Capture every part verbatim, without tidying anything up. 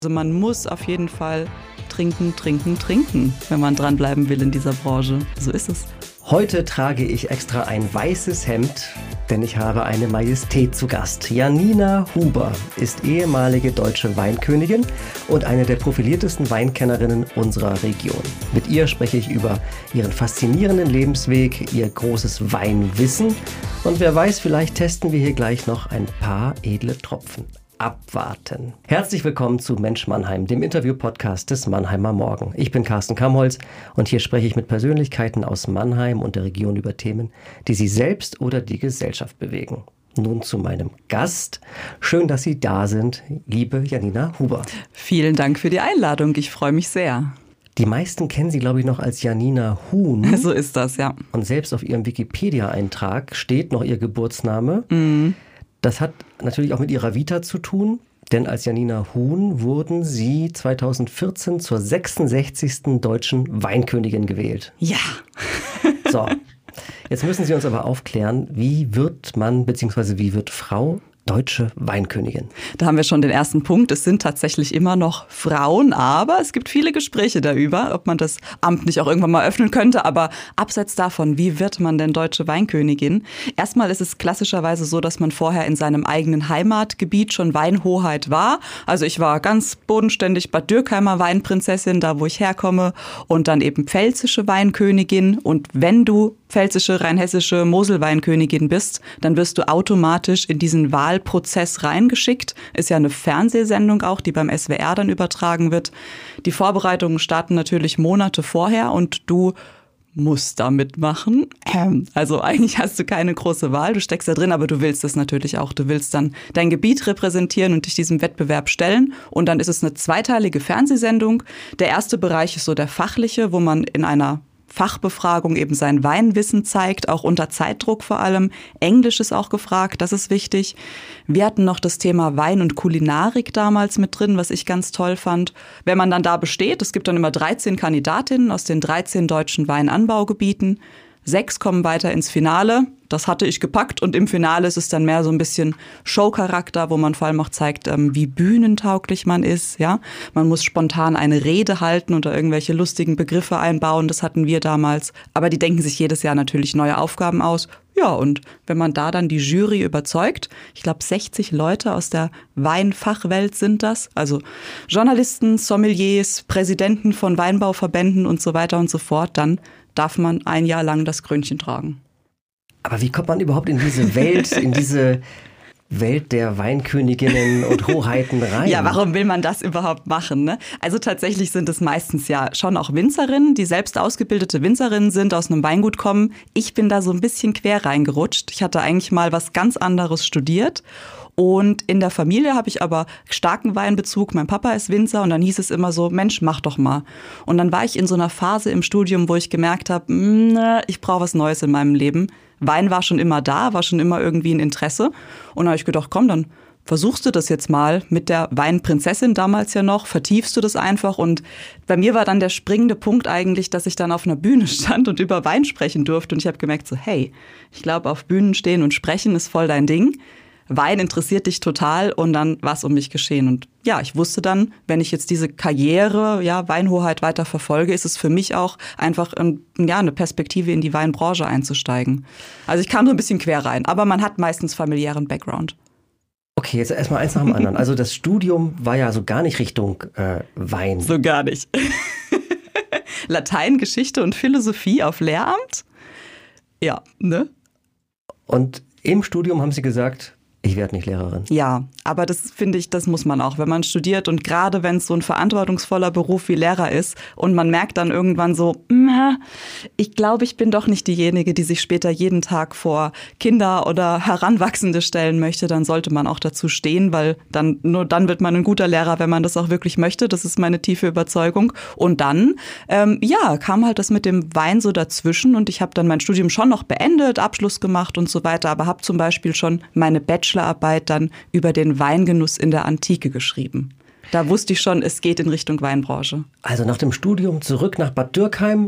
Also man muss auf jeden Fall trinken, trinken, trinken, wenn man dranbleiben will in dieser Branche. So ist es. Heute trage ich extra ein weißes Hemd, denn ich habe eine Majestät zu Gast. Janina Huber ist ehemalige deutsche Weinkönigin und eine der profiliertesten Weinkennerinnen unserer Region. Mit ihr spreche ich über ihren faszinierenden Lebensweg, ihr großes Weinwissen und wer weiß, vielleicht testen wir hier gleich noch ein paar edle Tropfen. Abwarten. Herzlich willkommen zu Mensch Mannheim, dem Interview-Podcast des Mannheimer Morgen. Ich bin Carsten Kamholz und hier spreche ich mit Persönlichkeiten aus Mannheim und der Region über Themen, die sie selbst oder die Gesellschaft bewegen. Nun zu meinem Gast. Schön, dass Sie da sind, liebe Janina Huber. Vielen Dank für die Einladung. Ich freue mich sehr. Die meisten kennen Sie, glaube ich, noch als Janina Huhn. So ist das, ja. Und selbst auf Ihrem Wikipedia-Eintrag steht noch Ihr Geburtsname. Mhm. Das hat natürlich auch mit Ihrer Vita zu tun, denn als Janina Huhn wurden Sie zweitausendvierzehn zur sechsundsechzigsten deutschen Weinkönigin gewählt. Ja. So, jetzt müssen Sie uns aber aufklären, wie wird man bzw. wie wird Frau deutsche Weinkönigin? Da haben wir schon den ersten Punkt. Es sind tatsächlich immer noch Frauen, aber es gibt viele Gespräche darüber, ob man das Amt nicht auch irgendwann mal öffnen könnte. Aber abseits davon, wie wird man denn deutsche Weinkönigin? Erstmal ist es klassischerweise so, dass man vorher in seinem eigenen Heimatgebiet schon Weinhoheit war. Also ich war ganz bodenständig Bad Dürkheimer Weinprinzessin, da wo ich herkomme, und dann eben pfälzische Weinkönigin. Und wenn du pfälzische, rheinhessische Moselweinkönigin bist, dann wirst du automatisch in diesen Wahlprozess reingeschickt. Ist ja eine Fernsehsendung auch, die beim S W R dann übertragen wird. Die Vorbereitungen starten natürlich Monate vorher und du musst da mitmachen. Also eigentlich hast du keine große Wahl, du steckst da drin, aber du willst das natürlich auch. Du willst dann dein Gebiet repräsentieren und dich diesem Wettbewerb stellen. Und dann ist es eine zweiteilige Fernsehsendung. Der erste Bereich ist so der fachliche, wo man in einer Fachbefragung eben sein Weinwissen zeigt, auch unter Zeitdruck vor allem. Englisch ist auch gefragt, das ist wichtig. Wir hatten noch das Thema Wein und Kulinarik damals mit drin, was ich ganz toll fand. Wenn man dann da besteht, es gibt dann immer dreizehn Kandidatinnen aus den dreizehn deutschen Weinanbaugebieten. Sechs kommen weiter ins Finale. Das hatte ich gepackt und im Finale ist es dann mehr so ein bisschen Showcharakter, wo man vor allem auch zeigt, wie bühnentauglich man ist. Ja, man muss spontan eine Rede halten oder irgendwelche lustigen Begriffe einbauen. Das hatten wir damals. Aber die denken sich jedes Jahr natürlich neue Aufgaben aus. Ja, und wenn man da dann die Jury überzeugt, ich glaube sechzig Leute aus der Weinfachwelt sind das, also Journalisten, Sommeliers, Präsidenten von Weinbauverbänden und so weiter und so fort, dann darf man ein Jahr lang das Krönchen tragen. Aber wie kommt man überhaupt in diese Welt, in diese Welt der Weinköniginnen und Hoheiten rein? Ja, warum will man das überhaupt machen, ne? Also tatsächlich sind es meistens ja schon auch Winzerinnen, die selbst ausgebildete Winzerinnen sind, aus einem Weingut kommen. Ich bin da so ein bisschen quer reingerutscht. Ich hatte eigentlich mal was ganz anderes studiert. Und in der Familie habe ich aber starken Weinbezug. Mein Papa ist Winzer und dann hieß es immer so, Mensch, mach doch mal. Und dann war ich in so einer Phase im Studium, wo ich gemerkt habe, mh, ich brauche was Neues in meinem Leben. Wein war schon immer da, war schon immer irgendwie ein Interesse. Und da habe ich gedacht, komm, dann versuchst du das jetzt mal mit der Weinprinzessin damals ja noch, vertiefst du das einfach. Und bei mir war dann der springende Punkt eigentlich, dass ich dann auf einer Bühne stand und über Wein sprechen durfte. Und ich habe gemerkt so, hey, ich glaube, auf Bühnen stehen und sprechen ist voll dein Ding. Wein interessiert dich total und dann war es um mich geschehen. Und ja, ich wusste dann, wenn ich jetzt diese Karriere, ja, Weinhoheit weiter verfolge, ist es für mich auch einfach ein, ja, eine Perspektive in die Weinbranche einzusteigen. Also ich kam so ein bisschen quer rein, aber man hat meistens familiären Background. Okay, jetzt erstmal eins nach dem anderen. Also das Studium war ja so gar nicht Richtung äh, Wein. So gar nicht. Latein, Geschichte und Philosophie auf Lehramt? Ja, ne? Und im Studium haben Sie gesagt, ich werde nicht Lehrerin. Ja, aber das finde ich, das muss man auch, wenn man studiert und gerade wenn es so ein verantwortungsvoller Beruf wie Lehrer ist und man merkt dann irgendwann so, ich glaube, ich bin doch nicht diejenige, die sich später jeden Tag vor Kinder oder Heranwachsende stellen möchte, dann sollte man auch dazu stehen, weil dann nur dann wird man ein guter Lehrer, wenn man das auch wirklich möchte. Das ist meine tiefe Überzeugung. Und dann, ähm, ja, kam halt das mit dem Wein so dazwischen und ich habe dann mein Studium schon noch beendet, Abschluss gemacht und so weiter, aber habe zum Beispiel schon meine Bachelorarbeit dann über den Weingenuss in der Antike geschrieben. Da wusste ich schon, es geht in Richtung Weinbranche. Also nach dem Studium zurück nach Bad Dürkheim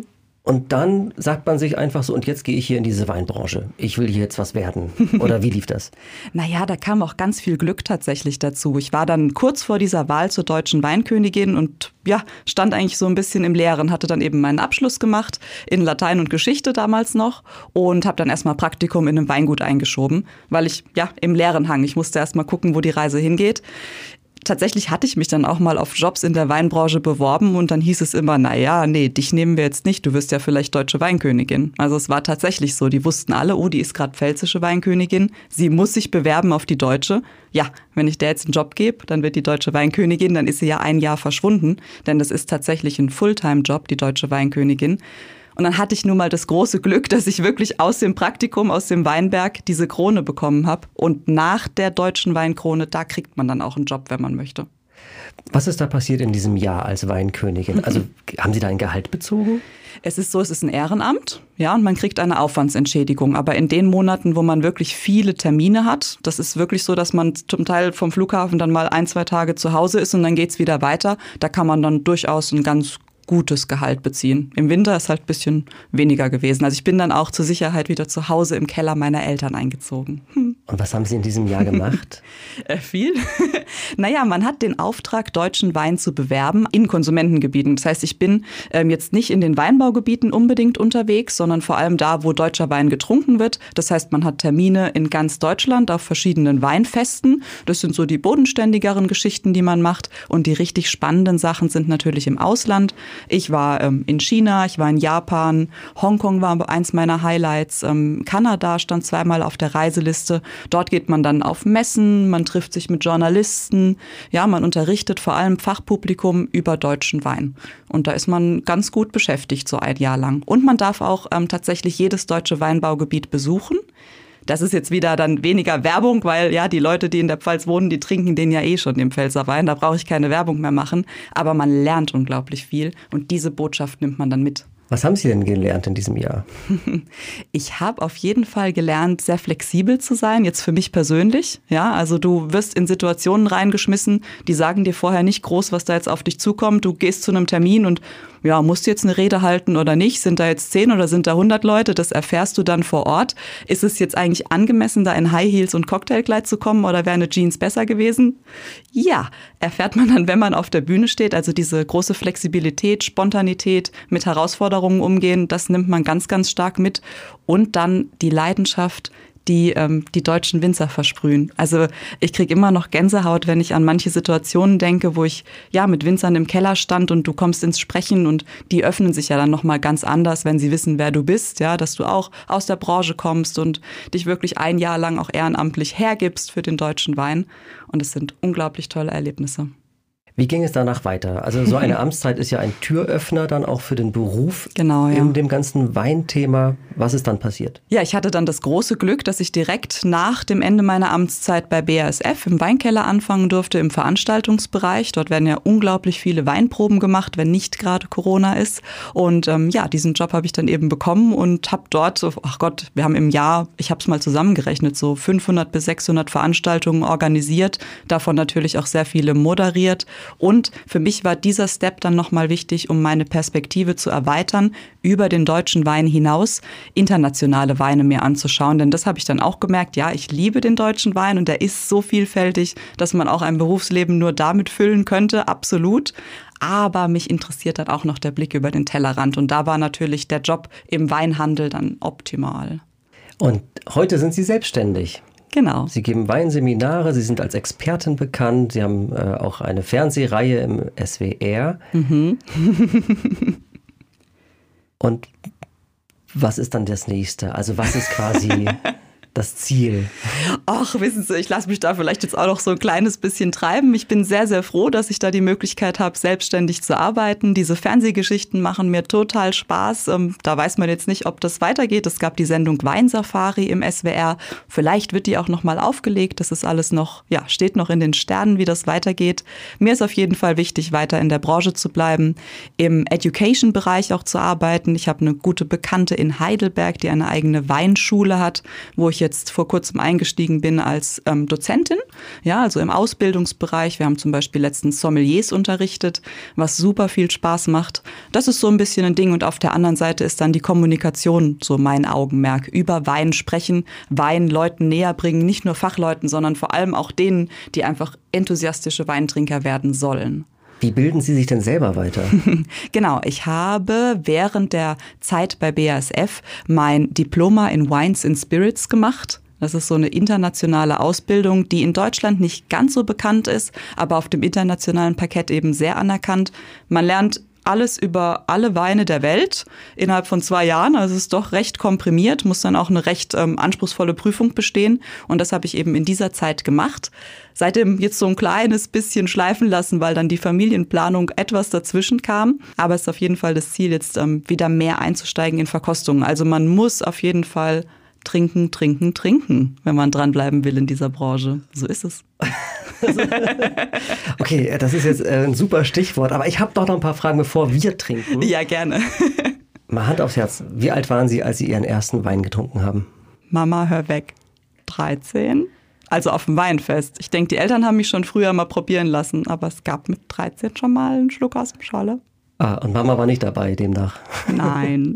Und dann sagt man sich einfach so, und jetzt gehe ich hier in diese Weinbranche. Ich will hier jetzt was werden. Oder wie lief das? Naja, da kam auch ganz viel Glück tatsächlich dazu. Ich war dann kurz vor dieser Wahl zur deutschen Weinkönigin und ja, stand eigentlich so ein bisschen im Leeren, hatte dann eben meinen Abschluss gemacht in Latein und Geschichte damals noch und habe dann erstmal Praktikum in einem Weingut eingeschoben, weil ich ja im Leeren hang. Ich musste erstmal gucken, wo die Reise hingeht. Tatsächlich hatte ich mich dann auch mal auf Jobs in der Weinbranche beworben und dann hieß es immer, na ja, nee, dich nehmen wir jetzt nicht, du wirst ja vielleicht deutsche Weinkönigin. Also es war tatsächlich so, die wussten alle, oh, die ist gerade pfälzische Weinkönigin, sie muss sich bewerben auf die deutsche. Ja, wenn ich der jetzt einen Job gebe, dann wird die deutsche Weinkönigin, dann ist sie ja ein Jahr verschwunden, denn das ist tatsächlich ein Fulltime-Job, die deutsche Weinkönigin. Und dann hatte ich nun mal das große Glück, dass ich wirklich aus dem Praktikum, aus dem Weinberg diese Krone bekommen habe. Und nach der deutschen Weinkrone, da kriegt man dann auch einen Job, wenn man möchte. Was ist da passiert in diesem Jahr als Weinkönigin? Also haben Sie da ein Gehalt bezogen? Es ist so, es ist ein Ehrenamt, ja, und man kriegt eine Aufwandsentschädigung. Aber in den Monaten, wo man wirklich viele Termine hat, das ist wirklich so, dass man zum Teil vom Flughafen dann mal ein, zwei Tage zu Hause ist und dann geht's wieder weiter. Da kann man dann durchaus ein ganz gutes Gehalt beziehen. Im Winter ist halt ein bisschen weniger gewesen. Also ich bin dann auch zur Sicherheit wieder zu Hause im Keller meiner Eltern eingezogen. Hm. Und was haben Sie in diesem Jahr gemacht? äh, viel. Naja, man hat den Auftrag, deutschen Wein zu bewerben in Konsumentengebieten. Das heißt, ich bin ähm, jetzt nicht in den Weinbaugebieten unbedingt unterwegs, sondern vor allem da, wo deutscher Wein getrunken wird. Das heißt, man hat Termine in ganz Deutschland auf verschiedenen Weinfesten. Das sind so die bodenständigeren Geschichten, die man macht. Und die richtig spannenden Sachen sind natürlich im Ausland. Ich war ähm, in China, ich war in Japan, Hongkong war eins meiner Highlights, ähm, Kanada stand zweimal auf der Reiseliste. Dort geht man dann auf Messen, man trifft sich mit Journalisten, ja, man unterrichtet vor allem Fachpublikum über deutschen Wein. Und da ist man ganz gut beschäftigt, so ein Jahr lang. Und man darf auch ähm, tatsächlich jedes deutsche Weinbaugebiet besuchen. Das ist jetzt wieder dann weniger Werbung, weil ja die Leute, die in der Pfalz wohnen, die trinken den ja eh schon, den Pfälzer Wein. Da brauche ich keine Werbung mehr machen. Aber man lernt unglaublich viel und diese Botschaft nimmt man dann mit. Was haben Sie denn gelernt in diesem Jahr? Ich habe auf jeden Fall gelernt, sehr flexibel zu sein, jetzt für mich persönlich. Ja, also du wirst in Situationen reingeschmissen, die sagen dir vorher nicht groß, was da jetzt auf dich zukommt. Du gehst zu einem Termin und ja, musst du jetzt eine Rede halten oder nicht? Sind da jetzt zehn oder sind da hundert Leute? Das erfährst du dann vor Ort. Ist es jetzt eigentlich angemessen, da in High Heels und Cocktailkleid zu kommen oder wäre eine Jeans besser gewesen? Ja, erfährt man dann, wenn man auf der Bühne steht. Also diese große Flexibilität, Spontanität, mit Herausforderungen umgehen, das nimmt man ganz, ganz stark mit. Und dann die Leidenschaft, die ähm, die deutschen Winzer versprühen. Also ich kriege immer noch Gänsehaut, wenn ich an manche Situationen denke, wo ich ja mit Winzern im Keller stand und du kommst ins Sprechen und die öffnen sich ja dann nochmal ganz anders, wenn sie wissen, wer du bist, ja, dass du auch aus der Branche kommst und dich wirklich ein Jahr lang auch ehrenamtlich hergibst für den deutschen Wein. Und es sind unglaublich tolle Erlebnisse. Wie ging es danach weiter? Also so eine Amtszeit ist ja ein Türöffner dann auch für den Beruf. Genau, ja. In dem ganzen Weinthema. Was ist dann passiert? Ja, ich hatte dann das große Glück, dass ich direkt nach dem Ende meiner Amtszeit bei B A S F im Weinkeller anfangen durfte, im Veranstaltungsbereich. Dort werden ja unglaublich viele Weinproben gemacht, wenn nicht gerade Corona ist. Und ähm, ja, diesen Job habe ich dann eben bekommen und habe dort, so, ach Gott, wir haben im Jahr, ich habe es mal zusammengerechnet, so fünfhundert bis sechshundert Veranstaltungen organisiert, davon natürlich auch sehr viele moderiert. Und für mich war dieser Step dann nochmal wichtig, um meine Perspektive zu erweitern, über den deutschen Wein hinaus internationale Weine mir anzuschauen. Denn das habe ich dann auch gemerkt, ja, ich liebe den deutschen Wein und der ist so vielfältig, dass man auch ein Berufsleben nur damit füllen könnte, absolut. Aber mich interessiert dann auch noch der Blick über den Tellerrand. Und da war natürlich der Job im Weinhandel dann optimal. Und heute sind Sie selbstständig. Genau. Sie geben Weinseminare, Sie sind als Expertin bekannt, Sie haben äh, auch eine Fernsehreihe im S W R. Mhm. Und was ist dann das Nächste? Also was ist quasi das Ziel? Ach, wissen Sie, ich lasse mich da vielleicht jetzt auch noch so ein kleines bisschen treiben. Ich bin sehr, sehr froh, dass ich da die Möglichkeit habe, selbstständig zu arbeiten. Diese Fernsehgeschichten machen mir total Spaß. Da weiß man jetzt nicht, ob das weitergeht. Es gab die Sendung Weinsafari im S W R. Vielleicht wird die auch noch mal aufgelegt. Das ist alles noch, ja, steht noch in den Sternen, wie das weitergeht. Mir ist auf jeden Fall wichtig, weiter in der Branche zu bleiben, im Education-Bereich auch zu arbeiten. Ich habe eine gute Bekannte in Heidelberg, die eine eigene Weinschule hat, wo ich jetzt vor kurzem eingestiegen bin als ähm, Dozentin, ja, also im Ausbildungsbereich. Wir haben zum Beispiel letztens Sommeliers unterrichtet, was super viel Spaß macht. Das ist so ein bisschen ein Ding. Und auf der anderen Seite ist dann die Kommunikation so mein Augenmerk. Über Wein sprechen, Wein Leuten näher bringen, nicht nur Fachleuten, sondern vor allem auch denen, die einfach enthusiastische Weintrinker werden sollen. Wie bilden Sie sich denn selber weiter? Genau, ich habe während der Zeit bei B A S F mein Diploma in Wines and Spirits gemacht. Das ist so eine internationale Ausbildung, die in Deutschland nicht ganz so bekannt ist, aber auf dem internationalen Parkett eben sehr anerkannt. Man lernt alles über alle Weine der Welt innerhalb von zwei Jahren. Also es ist doch recht komprimiert, muss dann auch eine recht ähm, anspruchsvolle Prüfung bestehen. Und das habe ich eben in dieser Zeit gemacht. Seitdem jetzt so ein kleines bisschen schleifen lassen, weil dann die Familienplanung etwas dazwischen kam. Aber es ist auf jeden Fall das Ziel, jetzt ähm, wieder mehr einzusteigen in Verkostungen. Also man muss auf jeden Fall trinken, trinken, trinken, wenn man dranbleiben will in dieser Branche. So ist es. Okay, das ist jetzt ein super Stichwort, aber ich habe doch noch ein paar Fragen, bevor wir trinken. Ja, gerne. Mal Hand aufs Herz. Wie alt waren Sie, als Sie Ihren ersten Wein getrunken haben? Mama, hör weg. dreizehn? Also auf dem Weinfest. Ich denke, die Eltern haben mich schon früher mal probieren lassen, aber es gab mit dreizehn schon mal einen Schluck aus dem Schale. Ah, und Mama war nicht dabei demnach? Nein.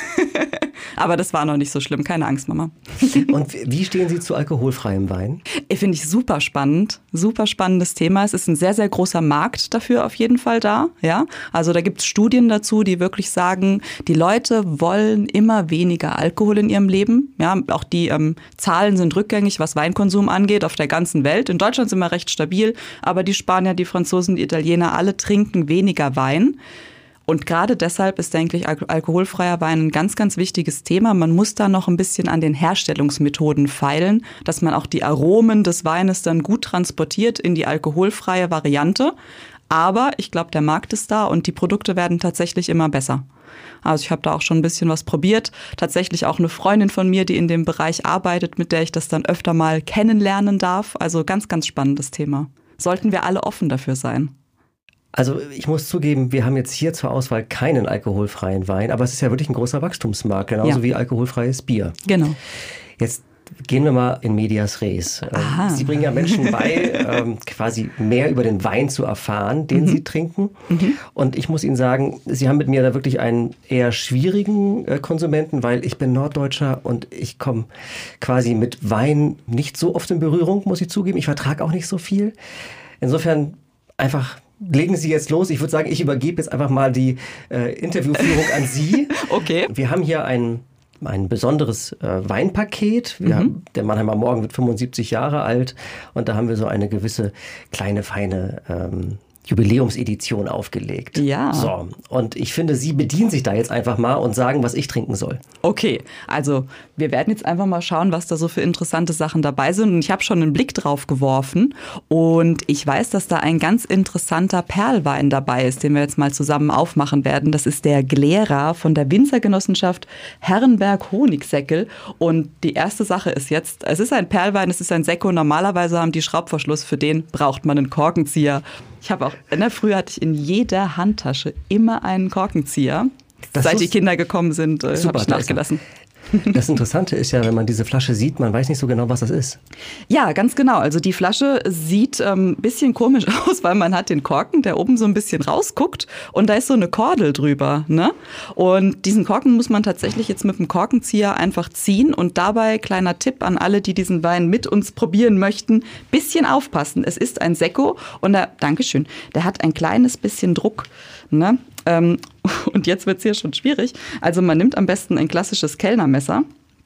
Aber das war noch nicht so schlimm. Keine Angst, Mama. Und wie stehen Sie zu alkoholfreiem Wein? Finde ich super spannend. Super spannendes Thema. Es ist ein sehr, sehr großer Markt dafür auf jeden Fall da. Ja? Also da gibt es Studien dazu, die wirklich sagen, die Leute wollen immer weniger Alkohol in ihrem Leben. Ja? Auch die ähm, Zahlen sind rückgängig, was Weinkonsum angeht, auf der ganzen Welt. In Deutschland sind wir recht stabil, aber die Spanier, die Franzosen, die Italiener, alle trinken weniger Wein. Und gerade deshalb ist, denke ich, alkoholfreier Wein ein ganz, ganz wichtiges Thema. Man muss da noch ein bisschen an den Herstellungsmethoden feilen, dass man auch die Aromen des Weines dann gut transportiert in die alkoholfreie Variante. Aber ich glaube, der Markt ist da und die Produkte werden tatsächlich immer besser. Also ich habe da auch schon ein bisschen was probiert. Tatsächlich auch eine Freundin von mir, die in dem Bereich arbeitet, mit der ich das dann öfter mal kennenlernen darf. Also ganz, ganz spannendes Thema. Sollten wir alle offen dafür sein. Also ich muss zugeben, wir haben jetzt hier zur Auswahl keinen alkoholfreien Wein, aber es ist ja wirklich ein großer Wachstumsmarkt, genauso ja. wie alkoholfreies Bier. Genau. Jetzt gehen wir mal in medias res. Aha. Sie bringen ja Menschen bei, ähm, quasi mehr über den Wein zu erfahren, den mhm. sie trinken. Mhm. Und ich muss Ihnen sagen, Sie haben mit mir da wirklich einen eher schwierigen äh, Konsumenten, weil ich bin Norddeutscher und ich komme quasi mit Wein nicht so oft in Berührung, muss ich zugeben. Ich vertrage auch nicht so viel. Insofern einfach... Legen Sie jetzt los. Ich würde sagen, ich übergebe jetzt einfach mal die äh, Interviewführung an Sie. Okay. Wir haben hier ein, ein besonderes äh, Weinpaket. Wir mhm. haben, der Mannheimer Morgen wird fünfundsiebzig Jahre alt und da haben wir so eine gewisse kleine, feine ähm, Jubiläumsedition aufgelegt. Ja. So, und ich finde, Sie bedienen sich da jetzt einfach mal und sagen, was ich trinken soll. Okay, also wir werden jetzt einfach mal schauen, was da so für interessante Sachen dabei sind. Und ich habe schon einen Blick drauf geworfen und ich weiß, dass da ein ganz interessanter Perlwein dabei ist, den wir jetzt mal zusammen aufmachen werden. Das ist der Glera von der Winzergenossenschaft Herrenberg-Honigsäckel. Und die erste Sache ist jetzt, es ist ein Perlwein, es ist ein Sekko. Normalerweise haben die Schraubverschluss, für den braucht man einen Korkenzieher. Ich habe auch, in der Früh hatte ich in jeder Handtasche immer einen Korkenzieher. Das Seit die Kinder gekommen sind, äh, habe ich nachgelassen. Das Interessante ist ja, wenn man diese Flasche sieht, man weiß nicht so genau, was das ist. Ja, ganz genau. Also die Flasche sieht ein ähm, bisschen komisch aus, weil man hat den Korken, der oben so ein bisschen rausguckt und da ist so eine Kordel drüber, ne? Und diesen Korken muss man tatsächlich jetzt mit dem Korkenzieher einfach ziehen und dabei, kleiner Tipp an alle, die diesen Wein mit uns probieren möchten, bisschen aufpassen. Es ist ein Sekko und der, Dankeschön, der hat ein kleines bisschen Druck, ne? Ähm, und jetzt wird es hier schon schwierig. Also man nimmt am besten ein klassisches Kellnermesser.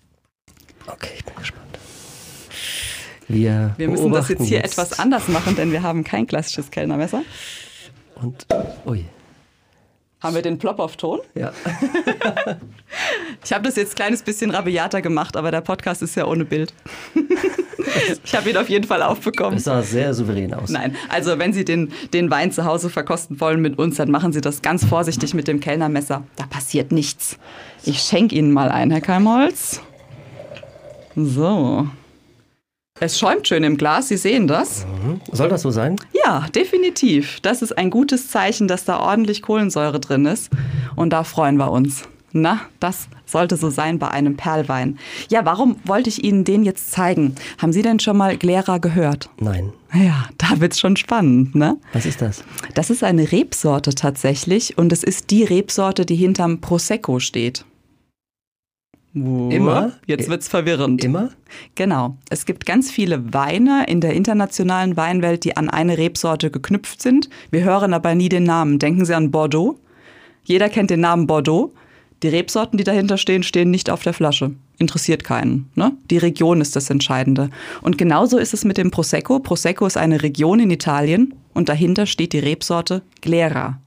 Okay, ich bin gespannt. Wir, wir müssen das jetzt hier jetzt. etwas anders machen, denn wir haben kein klassisches Kellnermesser. Und, ui. Haben wir den Plop auf Ton? Ja. Ich habe das jetzt ein kleines bisschen rabiater gemacht, aber der Podcast ist ja ohne Bild. Ich habe ihn auf jeden Fall aufbekommen. Das sah sehr souverän aus. Nein, also wenn Sie den, den Wein zu Hause verkosten wollen mit uns, dann machen Sie das ganz vorsichtig mit dem Kellnermesser. Da passiert nichts. Ich schenke Ihnen mal ein, Herr Keimholz. So. Es schäumt schön im Glas, Sie sehen das. Mhm. Soll das so sein? Ja, definitiv. Das ist ein gutes Zeichen, dass da ordentlich Kohlensäure drin ist. Und da freuen wir uns. Na, das sollte so sein bei einem Perlwein. Ja, warum wollte ich Ihnen den jetzt zeigen? Haben Sie denn schon mal Glera gehört? Nein. Ja, da wird's schon spannend, ne? Was ist das? Das ist eine Rebsorte tatsächlich und es ist die Rebsorte, die hinterm Prosecco steht. Immer? Jetzt wird's verwirrend. Immer? Genau. Es gibt ganz viele Weine in der internationalen Weinwelt, die an eine Rebsorte geknüpft sind. Wir hören aber nie den Namen. Denken Sie an Bordeaux. Jeder kennt den Namen Bordeaux. Die Rebsorten, die dahinter stehen, stehen nicht auf der Flasche. Interessiert keinen, ne? Die Region ist das Entscheidende. Und genauso ist es mit dem Prosecco. Prosecco ist eine Region in Italien und dahinter steht die Rebsorte Glera.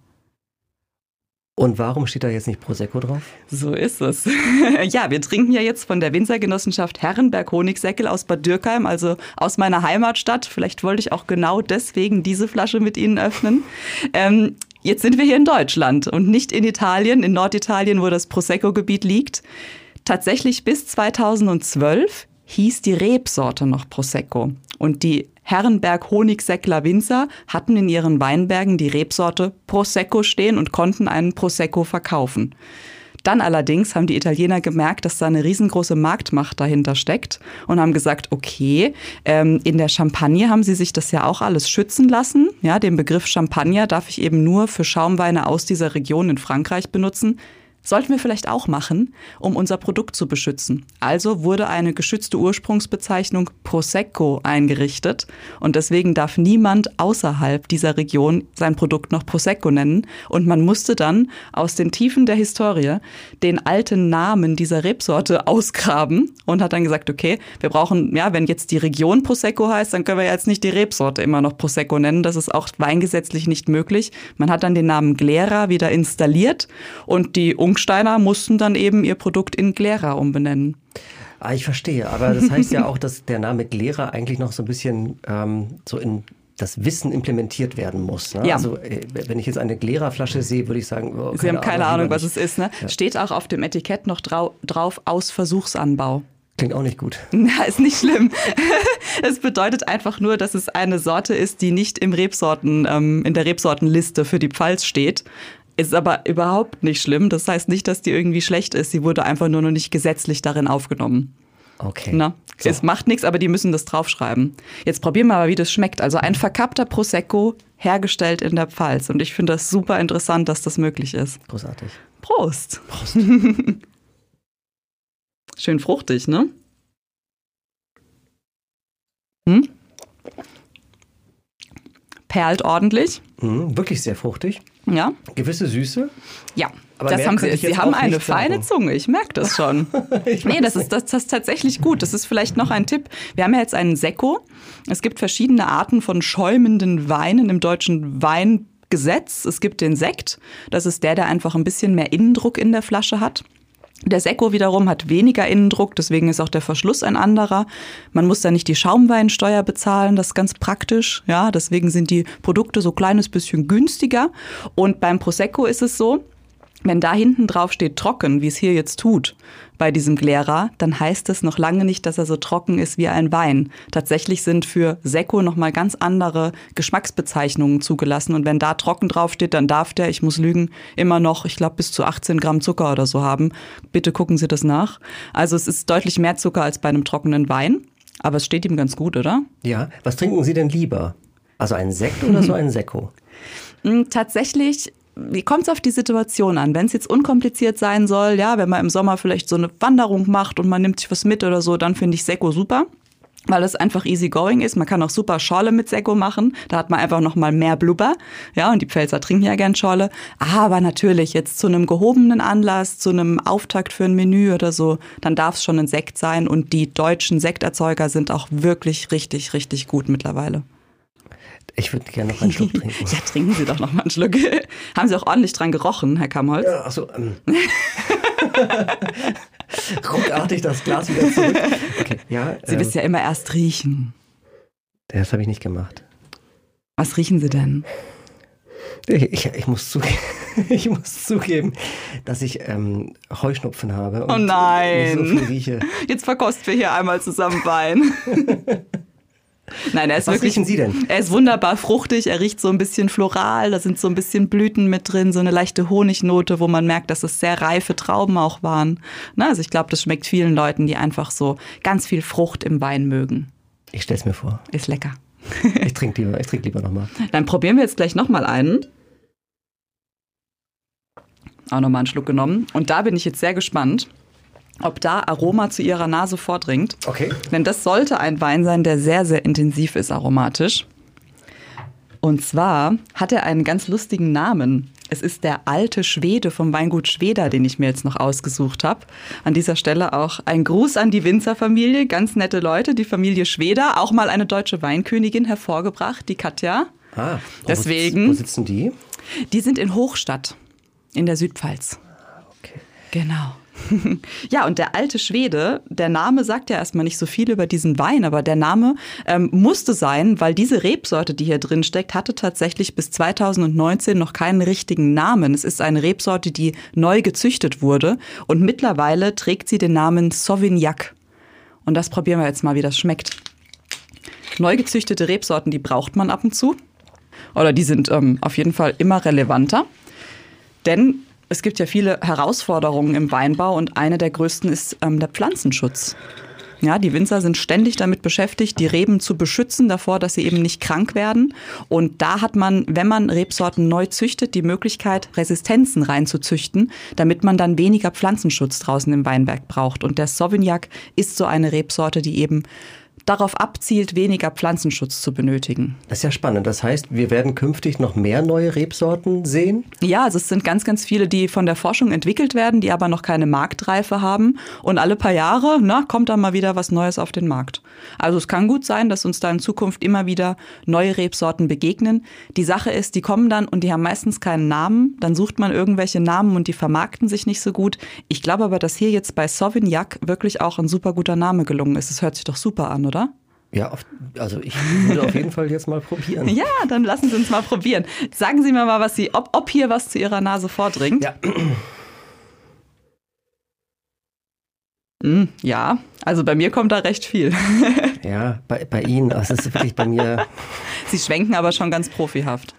Und warum steht da jetzt nicht Prosecco drauf? So ist es. Ja, wir trinken ja jetzt von der Winzergenossenschaft Herrenberg Honigsäckel aus Bad Dürkheim, also aus meiner Heimatstadt. Vielleicht wollte ich auch genau deswegen diese Flasche mit Ihnen öffnen. Ähm, jetzt sind wir hier in Deutschland und nicht in Italien, in Norditalien, wo das Prosecco-Gebiet liegt. Tatsächlich bis zweitausendzwölf hieß die Rebsorte noch Prosecco. Und die Herrenberg Honigsäckler Winzer hatten in ihren Weinbergen die Rebsorte Prosecco stehen und konnten einen Prosecco verkaufen. Dann allerdings haben die Italiener gemerkt, dass da eine riesengroße Marktmacht dahinter steckt und haben gesagt, okay, ähm, in der Champagne haben sie sich das ja auch alles schützen lassen. Ja, den Begriff Champagner darf ich eben nur für Schaumweine aus dieser Region in Frankreich benutzen. Sollten wir vielleicht auch machen, um unser Produkt zu beschützen. Also wurde eine geschützte Ursprungsbezeichnung Prosecco eingerichtet und deswegen darf niemand außerhalb dieser Region sein Produkt noch Prosecco nennen. Und man musste dann aus den Tiefen der Historie den alten Namen dieser Rebsorte ausgraben und hat dann gesagt, okay, wir brauchen, ja, wenn jetzt die Region Prosecco heißt, dann können wir jetzt nicht die Rebsorte immer noch Prosecco nennen. Das ist auch weingesetzlich nicht möglich. Man hat dann den Namen Glera wieder installiert und die Ungsteiner mussten dann eben ihr Produkt in Glera umbenennen. Ah, ich verstehe. Aber das heißt ja auch, dass der Name Glera eigentlich noch so ein bisschen ähm, so in das Wissen implementiert werden muss. Ne? Ja. Also äh, wenn ich jetzt eine Glera-Flasche sehe, würde ich sagen, oh, Sie haben keine Ahnung, was nicht. es ist. Ne? Ja. Steht auch auf dem Etikett noch drau- drauf, aus Versuchsanbau. Klingt auch nicht gut. Ja, ist nicht schlimm. Es bedeutet einfach nur, dass es eine Sorte ist, die nicht im Rebsorten, ähm, in der Rebsortenliste für die Pfalz steht. Ist aber überhaupt nicht schlimm. Das heißt nicht, dass die irgendwie schlecht ist. Sie wurde einfach nur noch nicht gesetzlich darin aufgenommen. Okay. Na, So. es macht nichts, aber die müssen das draufschreiben. Jetzt probieren wir mal, wie das schmeckt. Also ein verkappter Prosecco hergestellt in der Pfalz. Und ich finde das super interessant, dass das möglich ist. Großartig. Prost. Prost. Schön fruchtig, ne? Hm? Perlt ordentlich. Mhm, wirklich sehr fruchtig. Ja. Gewisse Süße. Ja. Aber das mehr haben könnte Sie. ich jetzt Sie haben auch eine nicht feine sagen. Zunge. Ich merke das schon. Ich Nee, weiß das ist, das, das ist tatsächlich gut. Das ist vielleicht noch ein Tipp. Wir haben ja jetzt einen Secco. Es gibt verschiedene Arten von schäumenden Weinen im deutschen Weingesetz. Es gibt den Sekt. Das ist der, der einfach ein bisschen mehr Innendruck in der Flasche hat. Der Secco wiederum hat weniger Innendruck, deswegen ist auch der Verschluss ein anderer. Man muss da nicht die Schaumweinsteuer bezahlen, das ist ganz praktisch. Ja, deswegen sind die Produkte so ein kleines bisschen günstiger. Und beim Prosecco ist es so, wenn da hinten drauf steht trocken, wie es hier jetzt tut bei diesem Glera, dann heißt es noch lange nicht, dass er so trocken ist wie ein Wein. Tatsächlich sind für Secco nochmal ganz andere Geschmacksbezeichnungen zugelassen. Und wenn da trocken drauf steht, dann darf der, ich muss lügen, immer noch, ich glaube, bis zu achtzehn Gramm Zucker oder so haben. Bitte gucken Sie das nach. Also es ist deutlich mehr Zucker als bei einem trockenen Wein. Aber es steht ihm ganz gut, oder? Ja. Was trinken Sie denn lieber? Also einen Sekt oder so einen Secco? Tatsächlich wie kommt es auf die Situation an? Wenn es jetzt unkompliziert sein soll, ja, wenn man im Sommer vielleicht so eine Wanderung macht und man nimmt sich was mit oder so, dann finde ich Secco super, weil es einfach easy going ist. Man kann auch super Schorle mit Secco machen. Da hat man einfach noch mal mehr Blubber. Ja, und die Pfälzer trinken ja gern Schorle. Aber natürlich jetzt zu einem gehobenen Anlass, zu einem Auftakt für ein Menü oder so, dann darf es schon ein Sekt sein. Und die deutschen Sekterzeuger sind auch wirklich richtig, richtig gut mittlerweile. Ich würde gerne noch einen Schluck trinken. Ja, trinken Sie doch noch mal einen Schluck. Haben Sie auch ordentlich dran gerochen, Herr Kamholz? Ja, achso. Ähm. Ruckartig das Glas wieder zurück. Okay, ja, Sie ähm, wissen ja immer erst riechen. Das habe ich nicht gemacht. Was riechen Sie denn? Ich, ich, ich, muss, zuge- ich muss zugeben, dass ich ähm, Heuschnupfen habe. Und Oh nein. nicht so viel rieche. Jetzt verkosten wir hier einmal zusammen Wein. Nein, er ist Was wirklich, riechen Sie denn? Er ist wunderbar fruchtig, er riecht so ein bisschen floral, da sind so ein bisschen Blüten mit drin, so eine leichte Honignote, wo man merkt, dass es sehr reife Trauben auch waren. Na, also ich glaube, das schmeckt vielen Leuten, die einfach so ganz viel Frucht im Wein mögen. Ich stell's mir vor. Ist lecker. Ich trinke lieber, ich trink lieber nochmal. Dann probieren wir jetzt gleich nochmal einen. Auch nochmal einen Schluck genommen. Und da bin ich jetzt sehr gespannt, ob da Aroma zu Ihrer Nase vordringt. Okay. Denn das sollte ein Wein sein, der sehr, sehr intensiv ist aromatisch. Und zwar hat er einen ganz lustigen Namen. Es ist der alte Schwede vom Weingut Schweder, den ich mir jetzt noch ausgesucht habe. An dieser Stelle auch ein Gruß an die Winzerfamilie. Ganz nette Leute, die Familie Schweder. Auch mal eine deutsche Weinkönigin hervorgebracht, die Katja. Ah, Deswegen, wo, wo sitzen die? Die sind in Hochstadt, in der Südpfalz. Okay. Genau. Ja, und der alte Schwede, der Name sagt ja erstmal nicht so viel über diesen Wein, aber der Name ähm, musste sein, weil diese Rebsorte, die hier drin steckt, hatte tatsächlich bis zweitausendneunzehn noch keinen richtigen Namen. Es ist eine Rebsorte, die neu gezüchtet wurde und mittlerweile trägt sie den Namen Sauvignac. Und das probieren wir jetzt mal, wie das schmeckt. Neu gezüchtete Rebsorten, die braucht man ab und zu. Oder die sind ähm, auf jeden Fall immer relevanter, denn es gibt ja viele Herausforderungen im Weinbau und eine der größten ist ähm, der Pflanzenschutz. Ja, die Winzer sind ständig damit beschäftigt, die Reben zu beschützen davor, dass sie eben nicht krank werden. Und da hat man, wenn man Rebsorten neu züchtet, die Möglichkeit, Resistenzen reinzuzüchten, damit man dann weniger Pflanzenschutz draußen im Weinberg braucht. Und der Sauvignac ist so eine Rebsorte, die eben darauf abzielt, weniger Pflanzenschutz zu benötigen. Das ist ja spannend. Das heißt, wir werden künftig noch mehr neue Rebsorten sehen? Ja, also es sind ganz, ganz viele, die von der Forschung entwickelt werden, die aber noch keine Marktreife haben. Und alle paar Jahre, na, kommt dann mal wieder was Neues auf den Markt. Also es kann gut sein, dass uns da in Zukunft immer wieder neue Rebsorten begegnen. Die Sache ist, die kommen dann und die haben meistens keinen Namen. Dann sucht man irgendwelche Namen und die vermarkten sich nicht so gut. Ich glaube aber, dass hier jetzt bei Sauvignac wirklich auch ein super guter Name gelungen ist. Es hört sich doch super an, oder? Ja, also ich würde auf jeden Fall jetzt mal probieren. Ja, dann lassen Sie uns mal probieren. Sagen Sie mir mal, was Sie, ob, ob hier was zu Ihrer Nase vordringt. Ja. Mm, ja, also bei mir kommt da recht viel. Ja, bei, bei Ihnen, also es ist wirklich bei mir. Sie schwenken aber schon ganz profihaft.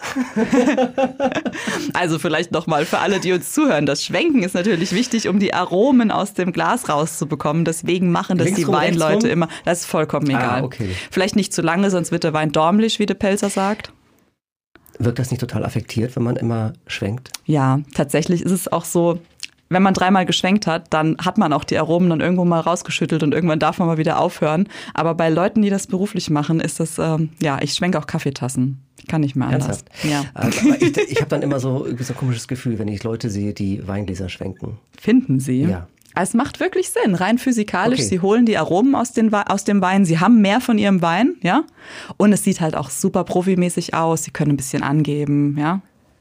Also vielleicht nochmal für alle, die uns zuhören. Das Schwenken ist natürlich wichtig, um die Aromen aus dem Glas rauszubekommen. Deswegen machen das Linksrum, die Weinleute rechtsrum? immer. Das ist vollkommen egal. Ah, okay. Vielleicht nicht zu lange, sonst wird der Wein dormlich, wie der Pelzer sagt. Wirkt das nicht total affektiert, wenn man immer schwenkt? Ja, tatsächlich ist es auch so, wenn man dreimal geschwenkt hat, dann hat man auch die Aromen dann irgendwo mal rausgeschüttelt und irgendwann darf man mal wieder aufhören. Aber bei Leuten, die das beruflich machen, ist das, ähm, ja, ich schwenke auch Kaffeetassen. Kann nicht mehr anders. Ernsthaft? Ja. Aber ich ich habe dann immer so, so ein komisches Gefühl, wenn ich Leute sehe, die Weingläser schwenken. Finden Sie? Ja. Es macht wirklich Sinn, rein physikalisch. Okay. Sie holen die Aromen aus, den, aus dem Wein. Sie haben mehr von ihrem Wein, ja. Und es sieht halt auch super profimäßig aus. Sie können ein bisschen angeben, ja.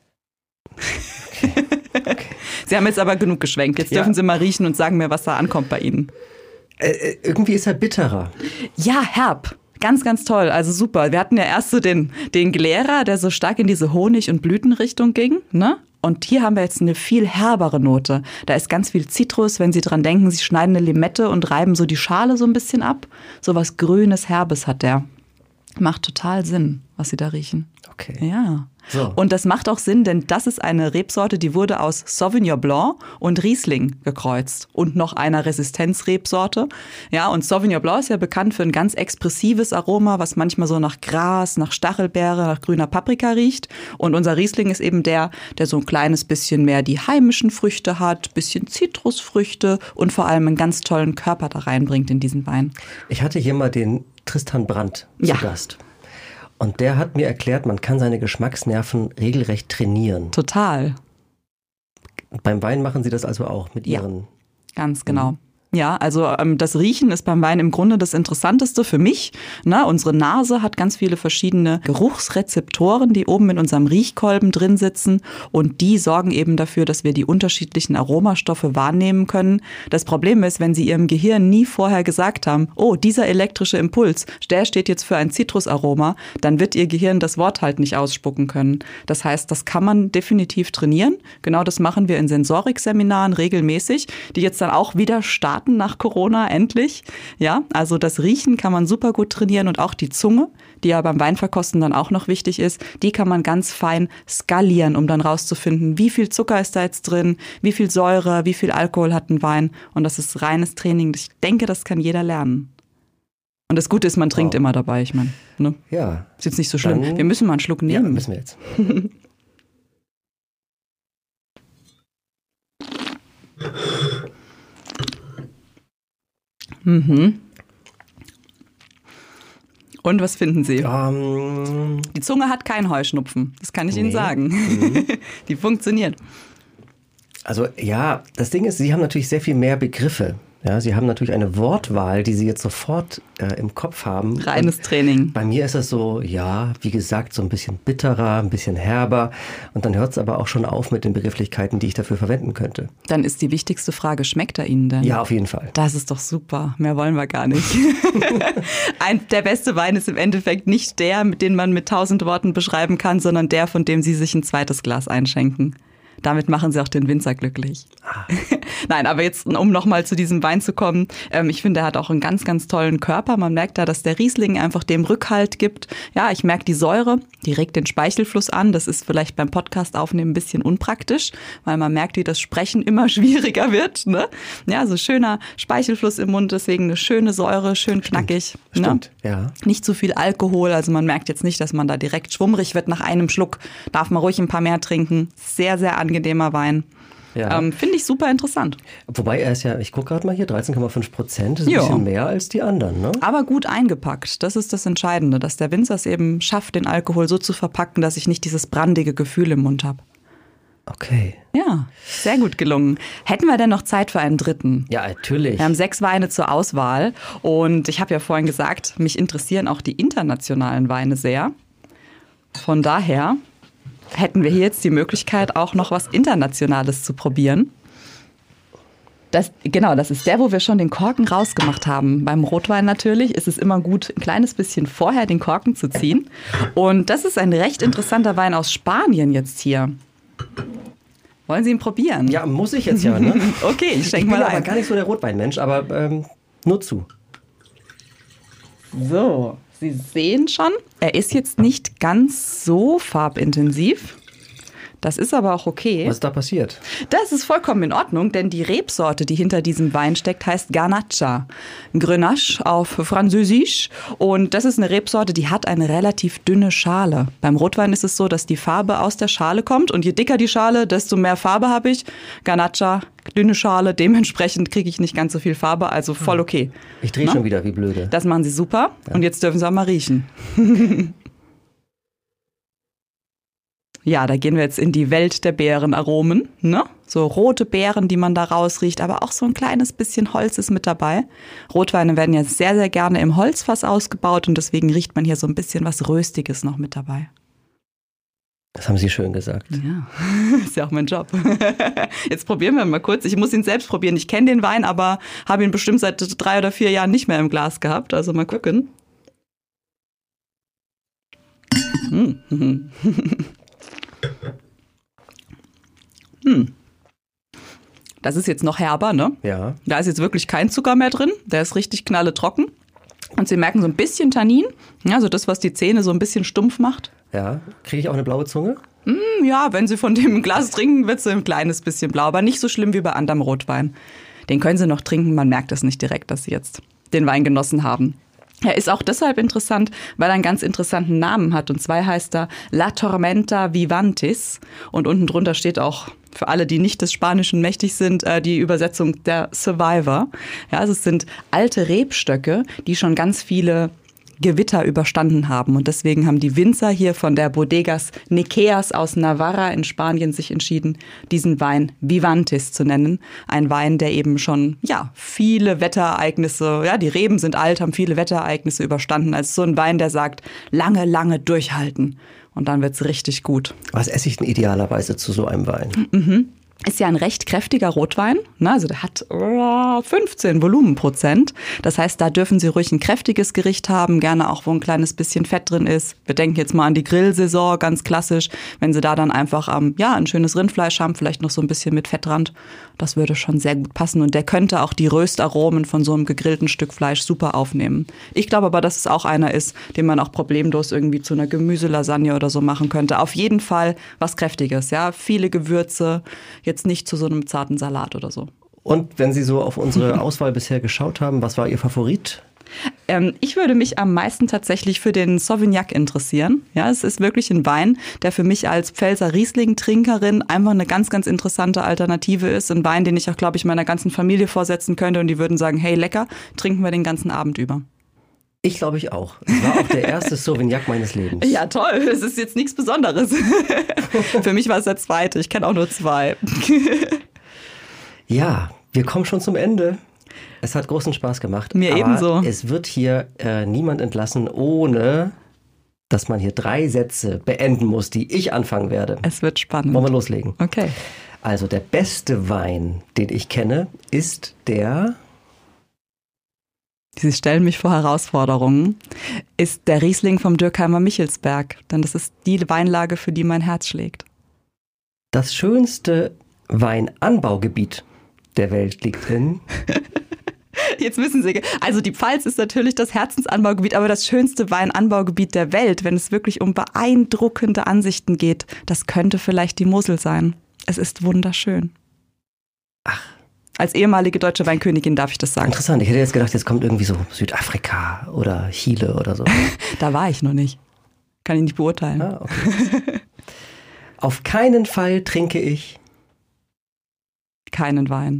Okay. Okay. Sie haben jetzt aber genug geschwenkt. Jetzt Ja. dürfen Sie mal riechen und sagen mir, was da ankommt bei Ihnen. Äh, irgendwie ist er bitterer. Ja, herb. Ganz, ganz toll. Also super. Wir hatten ja erst so den, den Glera, der so stark in diese Honig- und Blütenrichtung ging, ne? Und hier haben wir jetzt eine viel herbere Note. Da ist ganz viel Zitrus, wenn Sie dran denken, Sie schneiden eine Limette und reiben so die Schale so ein bisschen ab. So was Grünes, Herbes hat der. Macht total Sinn, was Sie da riechen. Okay. Ja. So. Und das macht auch Sinn, denn das ist eine Rebsorte, die wurde aus Sauvignon Blanc und Riesling gekreuzt und noch einer Resistenzrebsorte. Ja, und Sauvignon Blanc ist ja bekannt für ein ganz expressives Aroma, was manchmal so nach Gras, nach Stachelbeere, nach grüner Paprika riecht. Und unser Riesling ist eben der, der so ein kleines bisschen mehr die heimischen Früchte hat, bisschen Zitrusfrüchte und vor allem einen ganz tollen Körper da reinbringt in diesen Wein. Ich hatte hier mal den Tristan Brandt zu Ja. Gast. Und der hat mir erklärt, man kann seine Geschmacksnerven regelrecht trainieren. Total. Beim Wein machen Sie das also auch mit Ja. Ihren... Ganz genau. Ja, also ähm, das Riechen ist beim Wein im Grunde das Interessanteste für mich. Na, unsere Nase hat ganz viele verschiedene Geruchsrezeptoren, die oben in unserem Riechkolben drin sitzen und die sorgen eben dafür, dass wir die unterschiedlichen Aromastoffe wahrnehmen können. Das Problem ist, wenn Sie Ihrem Gehirn nie vorher gesagt haben, oh, dieser elektrische Impuls, der steht jetzt für ein Zitrusaroma, dann wird Ihr Gehirn das Wort halt nicht ausspucken können. Das heißt, das kann man definitiv trainieren. Genau das machen wir in Sensorikseminaren regelmäßig, die jetzt dann auch wieder starten warten nach Corona endlich. Ja, also das Riechen kann man super gut trainieren und auch die Zunge, die ja beim Weinverkosten dann auch noch wichtig ist, die kann man ganz fein skalieren, um dann rauszufinden, wie viel Zucker ist da jetzt drin, wie viel Säure, wie viel Alkohol hat ein Wein. Und das ist reines Training. Ich denke, das kann jeder lernen. Und das Gute ist, man trinkt wow. immer dabei, ich meine. Ne? Ja. Ist jetzt nicht so schlimm. Dann, wir müssen mal einen Schluck nehmen. Ja, müssen wir jetzt. mhm. Und was finden Sie? Um, Die Zunge hat keinen Heuschnupfen, das kann ich nee. Ihnen sagen. Mhm. Die funktioniert. Also ja, das Ding ist, Sie haben natürlich sehr viel mehr Begriffe. Ja, Sie haben natürlich eine Wortwahl, die Sie jetzt sofort äh, im Kopf haben. Reines und Training. Bei mir ist das so, ja, wie gesagt, so ein bisschen bitterer, ein bisschen herber. Und dann hört es aber auch schon auf mit den Begrifflichkeiten, die ich dafür verwenden könnte. Dann ist die wichtigste Frage, schmeckt er Ihnen denn? Ja, auf jeden Fall. Das ist doch super. Mehr wollen wir gar nicht. Ein, der beste Wein ist im Endeffekt nicht der, mit dem man mit tausend Worten beschreiben kann, sondern der, von dem Sie sich ein zweites Glas einschenken. Damit machen Sie auch den Winzer glücklich. Ah. Nein, aber jetzt, um nochmal zu diesem Wein zu kommen, ähm, ich finde, er hat auch einen ganz, ganz tollen Körper. Man merkt da, dass der Riesling einfach dem Rückhalt gibt. Ja, ich merke die Säure, die regt den Speichelfluss an. Das ist vielleicht beim Podcast aufnehmen ein bisschen unpraktisch, weil man merkt, wie das Sprechen immer schwieriger wird. Ne? Ja, so schöner Speichelfluss im Mund, deswegen eine schöne Säure, schön knackig. Stimmt, Stimmt. Ne? Ja. Nicht zu viel Alkohol, also man merkt jetzt nicht, dass man da direkt schwummrig wird nach einem Schluck. Darf man ruhig ein paar mehr trinken. Sehr, sehr angenehmer Wein. Ja. Ähm, finde ich super interessant. Wobei er ist ja, ich gucke gerade mal hier, dreizehn Komma fünf Prozent, das ist ein jo. bisschen mehr als die anderen. Ne? Aber gut eingepackt, das ist das Entscheidende, dass der Winzer es eben schafft, den Alkohol so zu verpacken, dass ich nicht dieses brandige Gefühl im Mund habe. Okay. Ja, sehr gut gelungen. Hätten wir denn noch Zeit für einen dritten? Ja, natürlich. Wir haben sechs Weine zur Auswahl und ich habe ja vorhin gesagt, mich interessieren auch die internationalen Weine sehr. Von daher hätten wir hier jetzt die Möglichkeit, auch noch was Internationales zu probieren. Das, genau, das ist der, wo wir schon den Korken rausgemacht haben. Beim Rotwein natürlich ist es immer gut, ein kleines bisschen vorher den Korken zu ziehen. Und das ist ein recht interessanter Wein aus Spanien jetzt hier. Wollen Sie ihn probieren? Ja, muss ich jetzt ja, ne? Okay, ich schenke mal ein. Ich bin ein. aber gar nicht so der Rotweinmensch, aber ähm, nur zu. So, Sie sehen schon, er ist jetzt nicht ganz so farbintensiv. Das ist aber auch okay. Was ist da passiert? Das ist vollkommen in Ordnung, denn die Rebsorte, die hinter diesem Wein steckt, heißt Garnacha. Grenache auf Französisch. Und das ist eine Rebsorte, die hat eine relativ dünne Schale. Beim Rotwein ist es so, dass die Farbe aus der Schale kommt. Und je dicker die Schale, desto mehr Farbe habe ich. Garnacha, dünne Schale, dementsprechend kriege ich nicht ganz so viel Farbe. Also voll okay. Ich drehe schon wieder wie blöde. Das machen Sie super. Ja. Und jetzt dürfen Sie auch mal riechen. Ja, da gehen wir jetzt in die Welt der Beerenaromen, ne? So rote Beeren, die man da rausriecht, aber auch so ein kleines bisschen Holz ist mit dabei. Rotweine werden ja sehr, sehr gerne im Holzfass ausgebaut und deswegen riecht man hier so ein bisschen was Röstiges noch mit dabei. Das haben Sie schön gesagt. Ja, ist ja auch mein Job. Jetzt probieren wir mal kurz. Ich muss ihn selbst probieren. Ich kenne den Wein, aber habe ihn bestimmt seit drei oder vier Jahren nicht mehr im Glas gehabt. Also mal gucken. Hm. Hm. Das ist jetzt noch herber, ne? Ja. Da ist jetzt wirklich kein Zucker mehr drin. Der ist richtig knalletrocken. Und Sie merken so ein bisschen Tannin. Also das, was die Zähne so ein bisschen stumpf macht. Ja. Kriege ich auch eine blaue Zunge? Mm, ja, wenn Sie von dem Glas trinken, wird es ein kleines bisschen blau. Aber nicht so schlimm wie bei anderem Rotwein. Den können Sie noch trinken. Man merkt es nicht direkt, dass Sie jetzt den Wein genossen haben. Er ist auch deshalb interessant, weil er einen ganz interessanten Namen hat. Und zwar heißt er La Tormenta Vivantis. Und unten drunter steht auch, für alle, die nicht des Spanischen mächtig sind, die Übersetzung der Survivor. Ja, also es sind alte Rebstöcke, die schon ganz viele Gewitter überstanden haben. Und deswegen haben die Winzer hier von der Bodegas Niqueas aus Navarra in Spanien sich entschieden, diesen Wein Vivantis zu nennen. Ein Wein, der eben schon, ja, viele Wetterereignisse, ja, die Reben sind alt, haben viele Wetterereignisse überstanden. Also so ein Wein, der sagt, lange, lange durchhalten. Und dann wird's richtig gut. Was esse ich denn idealerweise zu so einem Wein? Mhm. Ist ja ein recht kräftiger Rotwein, ne? Also der hat oh, fünfzehn Volumenprozent. Das heißt, da dürfen Sie ruhig ein kräftiges Gericht haben, gerne auch, wo ein kleines bisschen Fett drin ist. Wir denken jetzt mal an die Grillsaison, ganz klassisch. Wenn Sie da dann einfach ähm, ja, ein schönes Rindfleisch haben, vielleicht noch so ein bisschen mit Fettrand, das würde schon sehr gut passen. Und der könnte auch die Röstaromen von so einem gegrillten Stück Fleisch super aufnehmen. Ich glaube aber, dass es auch einer ist, den man auch problemlos irgendwie zu einer Gemüselasagne oder so machen könnte. Auf jeden Fall was Kräftiges, ja, viele Gewürze, jetzt nicht zu so einem zarten Salat oder so. Und wenn Sie so auf unsere Auswahl bisher geschaut haben, was war Ihr Favorit? Ähm, ich würde mich am meisten tatsächlich für den Sauvignac interessieren. Ja, es ist wirklich ein Wein, der für mich als Pfälzer Riesling-Trinkerin einfach eine ganz, ganz interessante Alternative ist. Ein Wein, den ich auch, glaube ich, meiner ganzen Familie vorsetzen könnte und die würden sagen, hey, lecker, trinken wir den ganzen Abend über. Ich glaube ich auch. Es war auch der erste Sauvignac meines Lebens. Ja, toll. Es ist jetzt nichts Besonderes. Für mich war es der zweite. Ich kenne auch nur zwei. Ja, wir kommen schon zum Ende. Es hat großen Spaß gemacht. Mir aber ebenso. Es wird hier äh, niemand entlassen, ohne dass man hier drei Sätze beenden muss, die ich anfangen werde. Es wird spannend. Wollen wir loslegen? Okay. Also der beste Wein, den ich kenne, ist der... Sie stellen mich vor Herausforderungen, ist der Riesling vom Dürkheimer Michelsberg. Denn das ist die Weinlage, für die mein Herz schlägt. Das schönste Weinanbaugebiet der Welt liegt in... Jetzt wissen Sie, also die Pfalz ist natürlich das Herzensanbaugebiet, aber das schönste Weinanbaugebiet der Welt, wenn es wirklich um beeindruckende Ansichten geht, das könnte vielleicht die Mosel sein. Es ist wunderschön. Ach. Als ehemalige deutsche Weinkönigin darf ich das sagen. Interessant, ich hätte jetzt gedacht, jetzt kommt irgendwie so Südafrika oder Chile oder so. Da war ich noch nicht. Kann ich nicht beurteilen. Ah, okay. Auf keinen Fall trinke ich... Keinen Wein.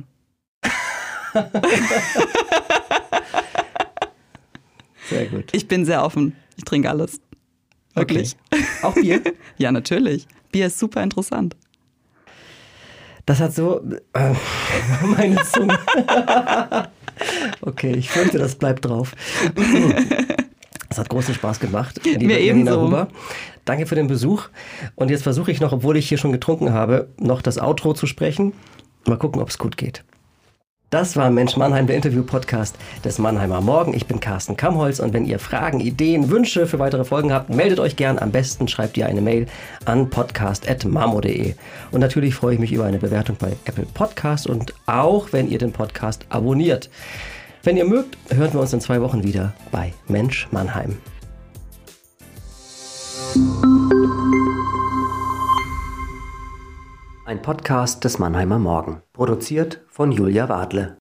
Sehr gut. Ich bin sehr offen. Ich trinke alles. Wirklich. Okay. Auch Bier? Ja, natürlich. Bier ist super interessant. Das hat so... Äh, meine Zunge. Okay, ich fürchte, das bleibt drauf. Es hat großen Spaß gemacht. Liebe Mir Janina ebenso. Huber. Danke für den Besuch. Und jetzt versuche ich noch, obwohl ich hier schon getrunken habe, noch das Outro zu sprechen. Mal gucken, ob es gut geht. Das war Mensch Mannheim, der Interview-Podcast des Mannheimer Morgen. Ich bin Carsten Kamholz und wenn ihr Fragen, Ideen, Wünsche für weitere Folgen habt, meldet euch gern. Am besten schreibt ihr eine Mail an podcast at marmo punkt de. Und natürlich freue ich mich über eine Bewertung bei Apple Podcast und auch, wenn ihr den Podcast abonniert. Wenn ihr mögt, hören wir uns in zwei Wochen wieder bei Mensch Mannheim. Ein Podcast des Mannheimer Morgen. Produziert von Julia Wadle.